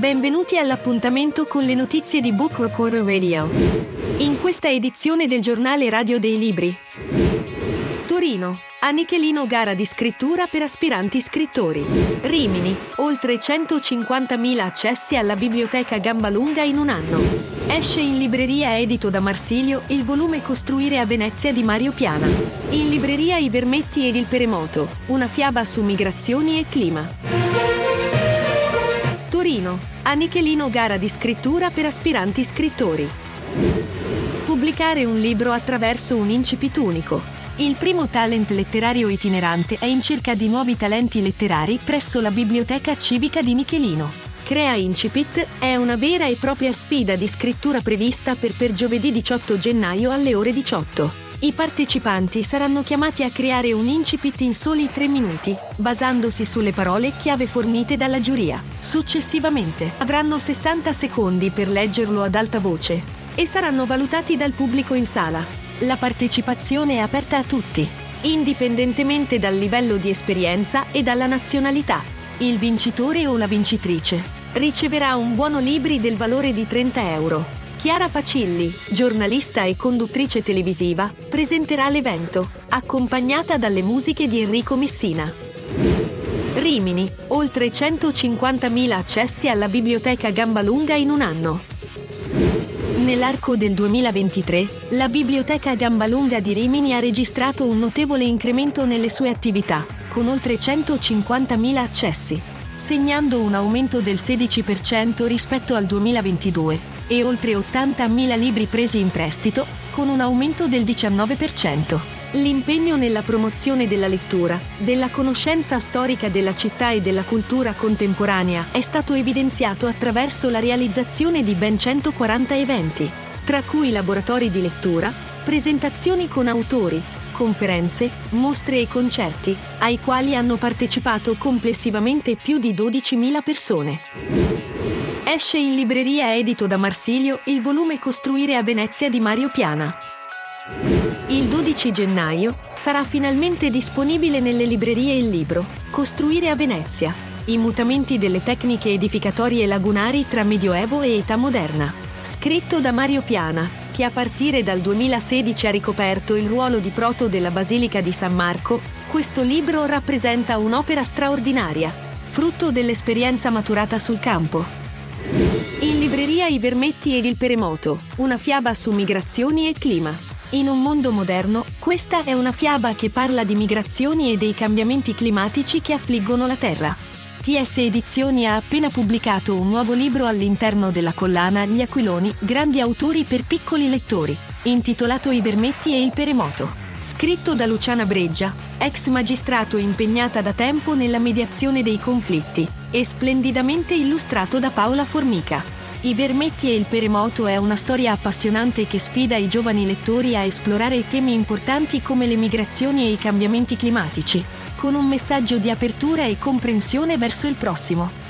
Benvenuti all'appuntamento con le notizie di Book Recorder Radio. In questa edizione del giornale radio dei libri. Torino, a Nichelino gara di scrittura per aspiranti scrittori. Rimini, oltre 150.000 accessi alla biblioteca Gambalunga in un anno. Esce in libreria edito da Marsilio il volume Costruire a Venezia di Mario Piana. In libreria I Vermetti ed il Peremoto, una fiaba su migrazioni e clima. Torino, a Nichelino gara di scrittura per aspiranti scrittori. Pubblicare un libro attraverso un incipit unico. Il primo talent letterario itinerante è in cerca di nuovi talenti letterari presso la Biblioteca Civica di Nichelino. Crea Incipit è una vera e propria sfida di scrittura prevista per giovedì 18 gennaio alle ore 18. I partecipanti saranno chiamati a creare un incipit in soli 3 minuti, basandosi sulle parole chiave fornite dalla giuria. Successivamente avranno 60 secondi per leggerlo ad alta voce e saranno valutati dal pubblico in sala. La partecipazione è aperta a tutti, indipendentemente dal livello di esperienza e dalla nazionalità. Il vincitore o la vincitrice riceverà un buono libri del valore di 30 euro. Chiara Pacilli, giornalista e conduttrice televisiva, presenterà l'evento, accompagnata dalle musiche di Enrico Messina. Rimini, oltre 150.000 accessi alla biblioteca Gambalunga in un anno. Nell'arco del 2023, la biblioteca Gambalunga di Rimini ha registrato un notevole incremento nelle sue attività, con oltre 150.000 accessi, segnando un aumento del 16% rispetto al 2022, e oltre 80.000 libri presi in prestito, con un aumento del 19%. L'impegno nella promozione della lettura, della conoscenza storica della città e della cultura contemporanea è stato evidenziato attraverso la realizzazione di ben 140 eventi, tra cui laboratori di lettura, presentazioni con autori, conferenze, mostre e concerti, ai quali hanno partecipato complessivamente più di 12.000 persone. Esce in libreria edito da Marsilio il volume Costruire a Venezia di Mario Piana. Il 12 gennaio sarà finalmente disponibile nelle librerie il libro Costruire a Venezia, i mutamenti delle tecniche edificatorie lagunari tra Medioevo e età moderna. Scritto da Mario Piana, che a partire dal 2016 ha ricoperto il ruolo di proto della Basilica di San Marco, questo libro rappresenta un'opera straordinaria, frutto dell'esperienza maturata sul campo. In libreria I Vermetti ed il Peremoto, una fiaba su migrazioni e clima. In un mondo moderno, questa è una fiaba che parla di migrazioni e dei cambiamenti climatici che affliggono la Terra. TS Edizioni ha appena pubblicato un nuovo libro all'interno della collana Gli Aquiloni, grandi autori per piccoli lettori, intitolato I Vermetti e il Peremoto. Scritto da Luciana Breggia, ex magistrato impegnata da tempo nella mediazione dei conflitti, e splendidamente illustrato da Paola Formica. I Vermetti e il Peremoto è una storia appassionante che sfida i giovani lettori a esplorare temi importanti come le migrazioni e i cambiamenti climatici, con un messaggio di apertura e comprensione verso il prossimo.